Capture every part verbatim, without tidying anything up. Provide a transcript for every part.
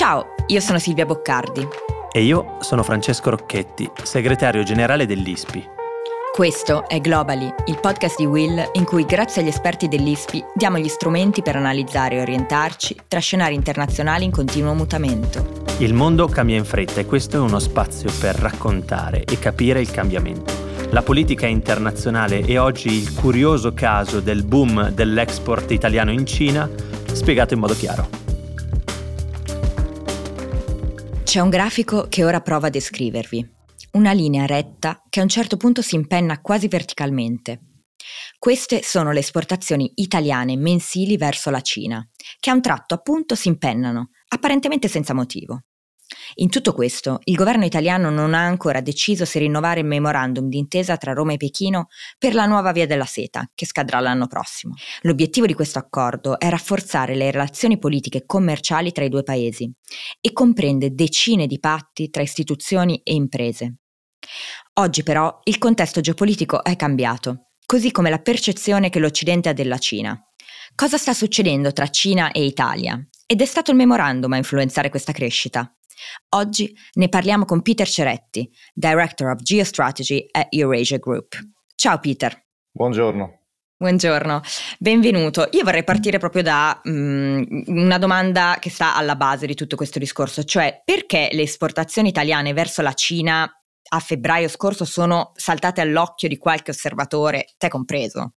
Ciao, io sono Silvia Boccardi. E io sono Francesco Rocchetti, segretario generale dell'I S P I. Questo è Globally, il podcast di Will in cui grazie agli esperti dell'I S P I diamo gli strumenti per analizzare e orientarci tra scenari internazionali in continuo mutamento. Il mondo cambia in fretta e questo è uno spazio per raccontare e capire il cambiamento. La politica internazionale e oggi il curioso caso del boom dell'export italiano in Cina, spiegato in modo chiaro. C'è un grafico che ora prova a descrivervi. Una linea retta che a un certo punto si impenna quasi verticalmente. Queste sono le esportazioni italiane mensili verso la Cina, che a un tratto appunto si impennano, apparentemente senza motivo. In tutto questo, il governo italiano non ha ancora deciso se rinnovare il memorandum d'intesa tra Roma e Pechino per la nuova via della seta, che scadrà l'anno prossimo. L'obiettivo di questo accordo è rafforzare le relazioni politiche e commerciali tra i due paesi e comprende decine di patti tra istituzioni e imprese. Oggi però il contesto geopolitico è cambiato, così come la percezione che l'Occidente ha della Cina. Cosa sta succedendo tra Cina e Italia? Ed è stato il memorandum a influenzare questa crescita. Oggi ne parliamo con Peter Ceretti, Director of Geostrategy at Eurasia Group. Ciao Peter. Buongiorno. Buongiorno, benvenuto. Io vorrei partire proprio da um, una domanda che sta alla base di tutto questo discorso, cioè perché le esportazioni italiane verso la Cina a febbraio scorso sono saltate all'occhio di qualche osservatore, te compreso?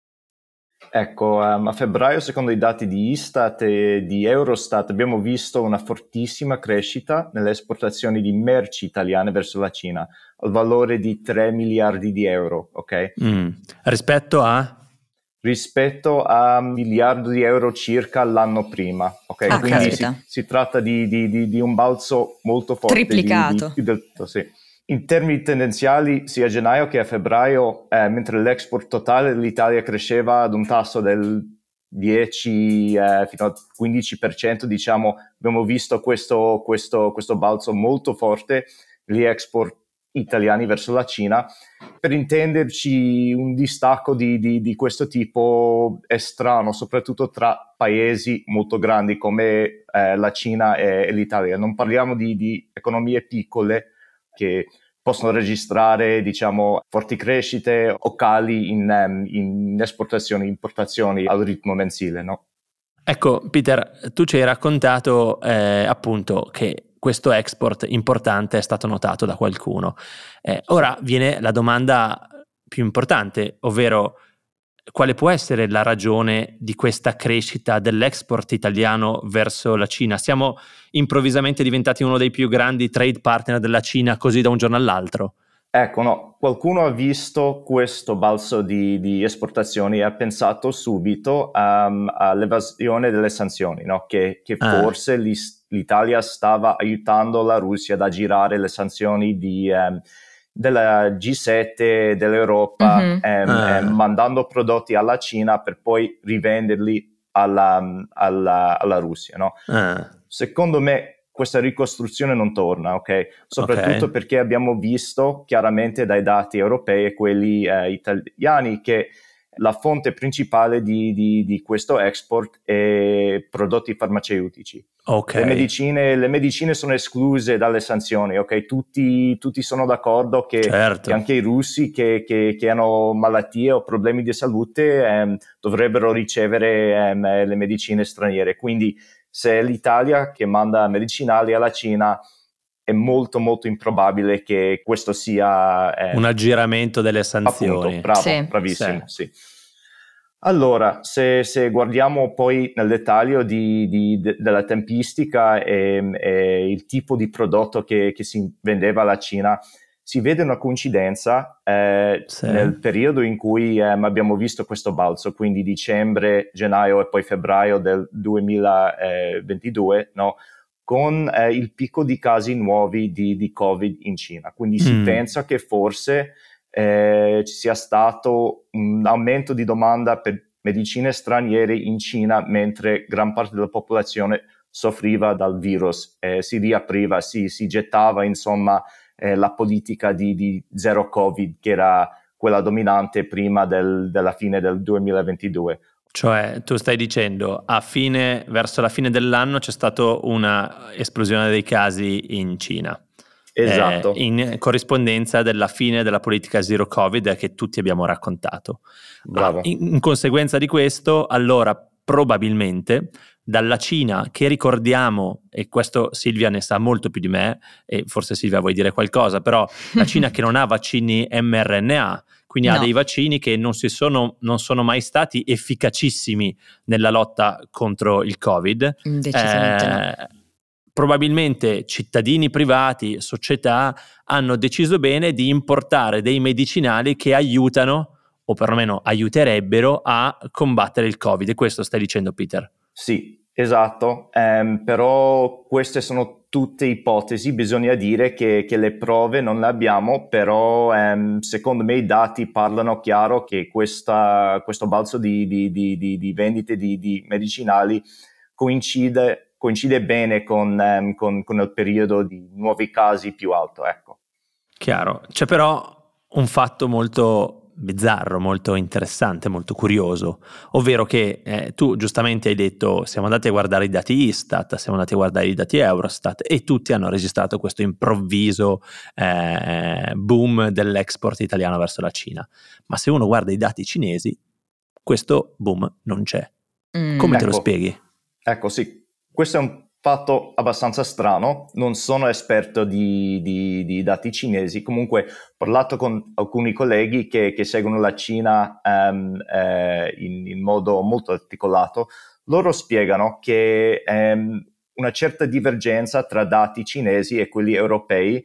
Ecco, um, a febbraio, secondo i dati di Istat e di Eurostat, abbiamo visto una fortissima crescita nelle esportazioni di merci italiane verso la Cina, al valore di tre miliardi di euro, ok? Mm. Rispetto a? Rispetto a un miliardo di euro circa l'anno prima, ok? Ah, Quindi si, si tratta di, di, di, di un balzo molto forte. Triplicato. Di, di, più del, sì. In termini tendenziali, sia a gennaio che a febbraio, eh, mentre l'export totale dell'Italia cresceva ad un tasso del dieci eh, fino al quindici per cento, diciamo, abbiamo visto questo, questo, questo balzo molto forte gli export italiani verso la Cina. Per intenderci, un distacco di, di, di questo tipo è strano, soprattutto tra paesi molto grandi come eh, la Cina e, e l'Italia. Non parliamo di, di economie piccole che possono registrare, diciamo, forti crescite o cali in, um, in esportazioni e importazioni al ritmo mensile, no? Ecco, Peter, tu ci hai raccontato eh, appunto che questo export importante è stato notato da qualcuno. Eh, ora viene la domanda più importante, ovvero quale può essere la ragione di questa crescita dell'export italiano verso la Cina? Siamo improvvisamente diventati uno dei più grandi trade partner della Cina così da un giorno all'altro? Ecco, no, qualcuno ha visto questo balzo di, di esportazioni e ha pensato subito um, all'evasione delle sanzioni, no? Che, che ah. forse l'Italia stava aiutando la Russia ad aggirare le sanzioni di... Um, della G sette, dell'Europa, Mm-hmm. ehm, ah. ehm, mandando prodotti alla Cina per poi rivenderli alla, alla, alla Russia, no? Ah. Secondo me questa ricostruzione non torna, ok? Soprattutto okay. perché abbiamo visto chiaramente dai dati europei e quelli eh, italiani che la fonte principale di, di, di questo export è prodotti farmaceutici. Okay. Le medicine, le medicine sono escluse dalle sanzioni, ok? Tutti, tutti sono d'accordo che, certo. che anche i russi che, che, che hanno malattie o problemi di salute ehm, dovrebbero ricevere ehm, le medicine straniere. Quindi se è l'Italia che manda medicinali alla Cina, è molto molto improbabile che questo sia eh, un aggiramento delle sanzioni. Appunto, bravo, sì. bravissimo, sì. sì. Allora, se, se guardiamo poi nel dettaglio di, di, de, della tempistica e, e il tipo di prodotto che, che si vendeva alla Cina, si vede una coincidenza eh, sì. nel periodo in cui eh, abbiamo visto questo balzo, quindi dicembre, gennaio e poi febbraio del duemilaventidue, no? Con eh, il picco di casi nuovi di, di Covid in Cina. Quindi si mm. pensa che forse eh, ci sia stato un aumento di domanda per medicine straniere in Cina, mentre gran parte della popolazione soffriva dal virus, eh, si riapriva, si, si gettava insomma eh, la politica di, di zero Covid, che era quella dominante prima del, della fine del duemilaventidue. Cioè, tu stai dicendo, a fine, verso la fine dell'anno c'è stata una esplosione dei casi in Cina. Esatto. Eh, in corrispondenza della fine della politica zero Covid che tutti abbiamo raccontato. Bravo. Ah, in, in conseguenza di questo, allora probabilmente dalla Cina, che ricordiamo, e questo Silvia ne sa molto più di me, e forse Silvia vuoi dire qualcosa, però la Cina che non ha vaccini mRNA, quindi No. ha dei vaccini che non, si sono, non sono mai stati efficacissimi nella lotta contro il Covid. Decisamente eh, no. Probabilmente cittadini privati, società hanno deciso bene di importare dei medicinali che aiutano, o perlomeno aiuterebbero a combattere il Covid. E questo stai dicendo, Peter? Sì, esatto, um, però queste sono tutte ipotesi, bisogna dire che, che le prove non le abbiamo, però um, secondo me i dati parlano chiaro che questa, questo balzo di, di, di, di, di vendite di, di medicinali coincide, coincide bene con, um, con, con il periodo di nuovi casi più alto, ecco. Chiaro, c'è però un fatto molto bizzarro, molto interessante, molto curioso, ovvero che eh, tu giustamente hai detto siamo andati a guardare i dati Istat, siamo andati a guardare i dati Eurostat e tutti hanno registrato questo improvviso eh, boom dell'export italiano verso la Cina, ma se uno guarda i dati cinesi questo boom non c'è. Mm. Come te Ecco. lo spieghi? Ecco, sì, questo è un fatto abbastanza strano, non sono esperto di, di, di dati cinesi, comunque ho parlato con alcuni colleghi che, che seguono la Cina um, eh, in, in modo molto articolato, loro spiegano che um, una certa divergenza tra dati cinesi e quelli europei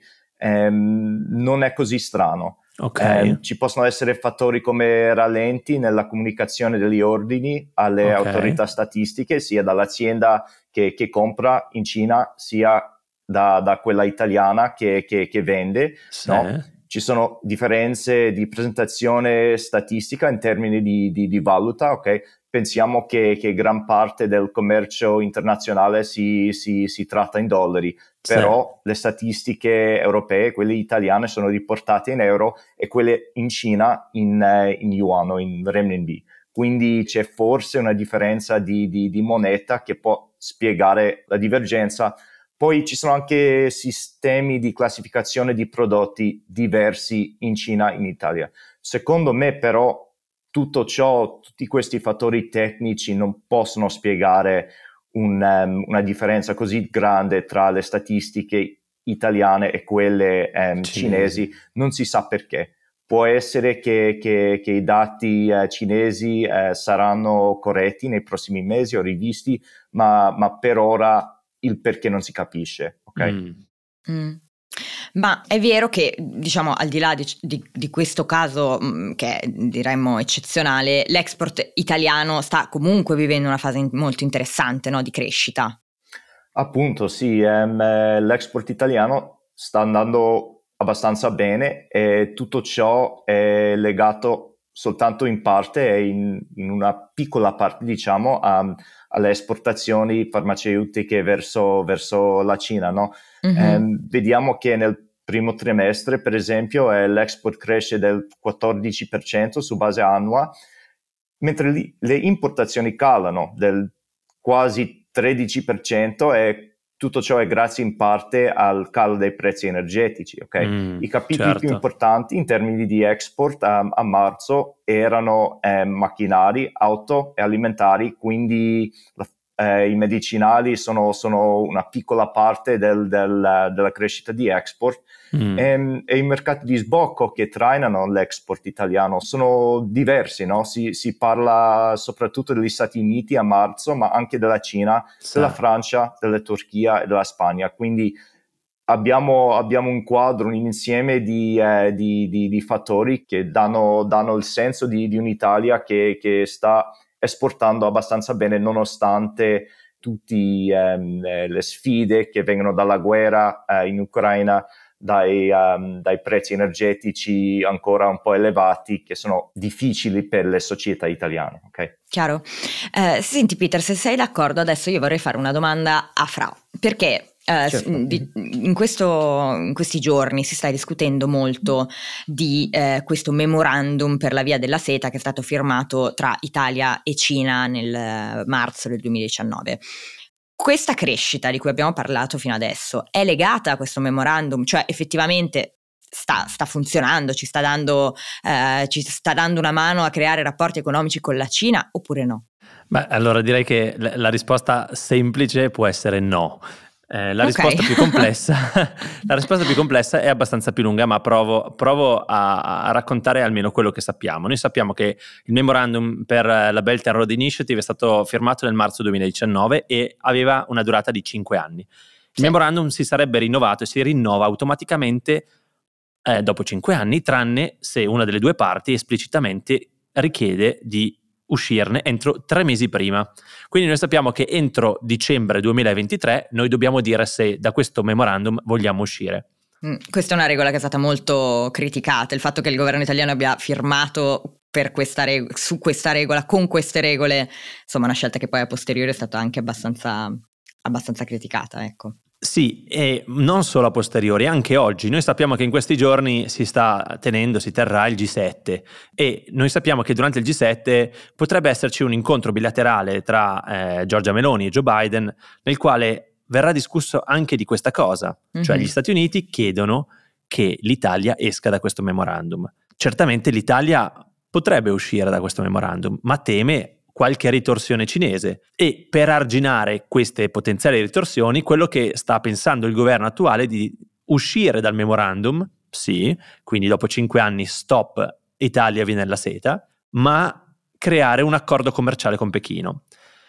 um, non è così strano. Okay. Eh, ci possono essere fattori come rallenti nella comunicazione degli ordini alle okay. autorità statistiche, sia dall'azienda che, che compra in Cina, sia da, da quella italiana che, che, che vende. Sì. No? Ci sono differenze di presentazione statistica in termini di, di, di valuta, ok? Pensiamo che, che gran parte del commercio internazionale si, si, si tratta in dollari, Sì. però le statistiche europee, quelle italiane, sono riportate in euro e quelle in Cina in, in yuan o in renminbi. Quindi c'è forse una differenza di, di, di moneta che può spiegare la divergenza. Poi ci sono anche sistemi di classificazione di prodotti diversi in Cina e in Italia. Secondo me però tutto ciò, tutti questi fattori tecnici non possono spiegare un, um, una differenza così grande tra le statistiche italiane e quelle um, cinesi. cinesi. Non si sa perché. Può essere che, che, che i dati uh, cinesi uh, saranno corretti nei prossimi mesi o rivisti, ma, ma per ora il perché non si capisce, ok? Mm. Mm. Ma è vero che, diciamo, al di là di, di, di questo caso mh, che è, diremmo, eccezionale, l'export italiano sta comunque vivendo una fase in, molto interessante, no, di crescita. Appunto, sì, ehm, l'export italiano sta andando abbastanza bene e tutto ciò è legato soltanto in parte e in, in una piccola parte, diciamo, a, alle esportazioni farmaceutiche verso, verso la Cina, no? Mm-hmm. Ehm, vediamo che nel primo trimestre, per esempio, eh, l'export cresce del quattordici per cento su base annua, mentre lì, le importazioni calano del quasi tredici per cento e tutto ciò è grazie in parte al calo dei prezzi energetici, ok? Mm, I capitoli certo. più importanti in termini di export um, a marzo erano eh, macchinari, auto e alimentari, quindi la, eh, i medicinali sono, sono una piccola parte del, del, della crescita di export. Mm. E, e i mercati di sbocco che trainano l'export italiano sono diversi, no? Si, si parla soprattutto degli Stati Uniti a marzo, ma anche della Cina, sì. della Francia, della Turchia e della Spagna. Quindi abbiamo, abbiamo un quadro, un insieme di, eh, di, di, di fattori che danno, danno il senso di, di un'Italia che, che sta esportando abbastanza bene nonostante tutte ehm, le sfide che vengono dalla guerra eh, in Ucraina, Dai, um, dai prezzi energetici ancora un po' elevati che sono difficili per le società italiane. Okay? Chiaro. Eh, senti Peter, se sei d'accordo adesso io vorrei fare una domanda a Fra, perché Uh, certo. di, in, questo, in questi giorni si sta discutendo molto di eh, questo memorandum per la via della seta che è stato firmato tra Italia e Cina nel marzo del duemiladiciannove. Questa crescita di cui abbiamo parlato fino adesso è legata a questo memorandum, cioè effettivamente sta, sta funzionando, ci sta dando, eh, ci sta dando una mano a creare rapporti economici con la Cina oppure no? Beh, allora direi che la risposta semplice può essere no. Eh, la, okay. risposta più complessa, la risposta più complessa è abbastanza più lunga, ma provo, provo a, a raccontare almeno quello che sappiamo. Noi sappiamo che il memorandum per la Belt and Road Initiative è stato firmato nel marzo duemiladiciannove e aveva una durata di cinque anni. Il sì. memorandum si sarebbe rinnovato e si rinnova automaticamente eh, dopo cinque anni, tranne se una delle due parti esplicitamente richiede di uscirne entro tre mesi prima. Quindi noi sappiamo che entro dicembre duemilaventitré noi dobbiamo dire se da questo memorandum vogliamo uscire. Mm, questa è una regola che è stata molto criticata, il fatto che il governo italiano abbia firmato per questa reg- su questa regola, con queste regole, insomma una scelta che poi a posteriori è stata anche abbastanza, abbastanza criticata, ecco. Sì, e non solo a posteriori, anche oggi. Noi sappiamo che in questi giorni si sta tenendo, si terrà il G sette e noi sappiamo che durante il G sette potrebbe esserci un incontro bilaterale tra eh, Giorgia Meloni e Joe Biden nel quale verrà discusso anche di questa cosa, mm-hmm. cioè gli Stati Uniti chiedono che l'Italia esca da questo memorandum. Certamente l'Italia potrebbe uscire da questo memorandum, ma teme qualche ritorsione cinese e per arginare queste potenziali ritorsioni quello che sta pensando il governo attuale è di uscire dal memorandum, sì, quindi dopo cinque anni stop Italia via nella seta, ma creare un accordo commerciale con Pechino.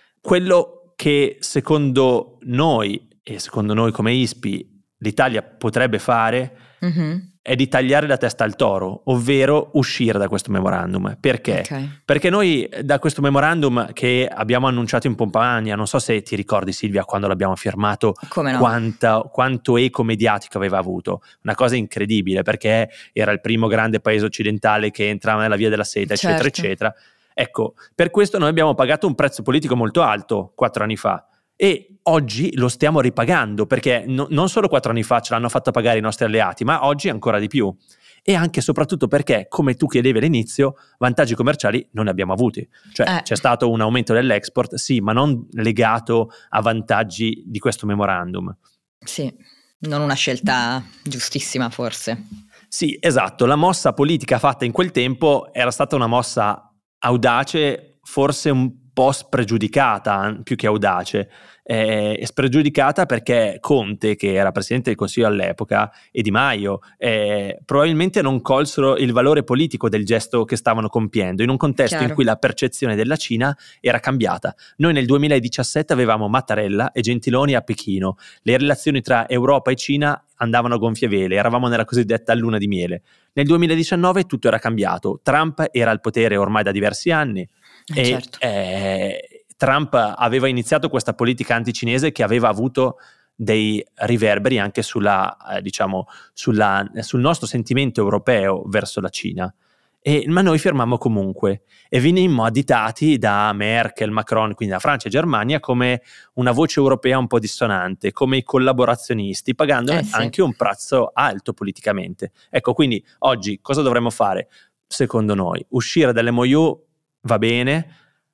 Quello che secondo noi e secondo noi come I S P I l'Italia potrebbe fare mm-hmm. è di tagliare la testa al toro, ovvero uscire da questo memorandum. Perché? Okay. Perché noi da questo memorandum che abbiamo annunciato in pompa magna, non so se ti ricordi Silvia quando l'abbiamo firmato, come no? quanta, quanto eco mediatico aveva avuto, una cosa incredibile perché era il primo grande paese occidentale che entrava nella via della seta, certo. eccetera eccetera. Ecco, per questo noi abbiamo pagato un prezzo politico molto alto quattro anni fa. E oggi lo stiamo ripagando perché no, non solo quattro anni fa ce l'hanno fatto pagare i nostri alleati, ma oggi ancora di più. E anche e soprattutto perché, come tu chiedevi all'inizio, vantaggi commerciali non ne abbiamo avuti. Cioè eh. c'è stato un aumento dell'export, sì, ma non legato a vantaggi di questo memorandum. Sì, non una scelta giustissima forse. Sì, esatto. La mossa politica fatta in quel tempo era stata una mossa audace, forse un po' spregiudicata più che audace, eh, spregiudicata perché Conte, che era presidente del Consiglio all'epoca, e Di Maio eh, probabilmente non colsero il valore politico del gesto che stavano compiendo in un contesto Chiaro. in cui la percezione della Cina era cambiata. Noi nel duemiladiciassette avevamo Mattarella e Gentiloni a Pechino, le relazioni tra Europa e Cina andavano a gonfie vele, eravamo nella cosiddetta luna di miele. Nel duemiladiciannove tutto era cambiato, Trump era al potere ormai da diversi anni, Eh, e certo. eh, Trump aveva iniziato questa politica anticinese che aveva avuto dei riverberi anche sulla, eh, diciamo, sulla, sul nostro sentimento europeo verso la Cina. E, ma noi firmammo comunque e venimmo additati da Merkel, Macron, quindi da Francia e Germania come una voce europea un po' dissonante, come i collaborazionisti, pagando eh, sì. anche un prezzo alto politicamente. Ecco, quindi oggi cosa dovremmo fare? Secondo noi, uscire dall'M O U va bene,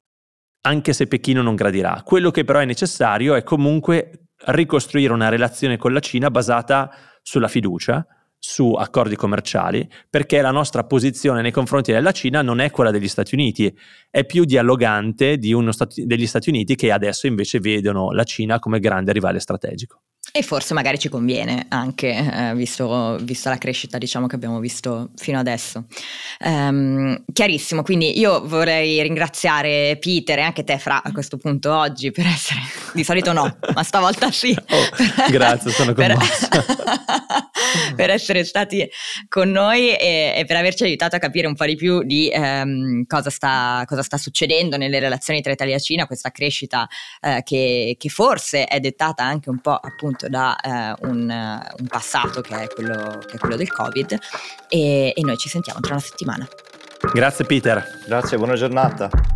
anche se Pechino non gradirà. Quello che però è necessario è comunque ricostruire una relazione con la Cina basata sulla fiducia, su accordi commerciali, perché la nostra posizione nei confronti della Cina non è quella degli Stati Uniti, è più dialogante di uno stati, degli Stati Uniti che adesso invece vedono la Cina come grande rivale strategico. E forse magari ci conviene anche, eh, visto, visto la crescita diciamo che abbiamo visto fino adesso. Um, chiarissimo, quindi io vorrei ringraziare Peter e anche te Fra a questo punto oggi per essere, di solito no, ma stavolta sì. Oh, grazie, sono commosso. per, per essere stati con noi e, e per averci aiutato a capire un po' di più di um, cosa, sta, cosa sta succedendo nelle relazioni tra Italia e Cina, questa crescita uh, che, che forse è dettata anche un po' appunto da uh, un, uh, un passato che è quello, che è quello del Covid e, e noi ci sentiamo tra una settimana. Grazie Peter. Grazie, buona giornata.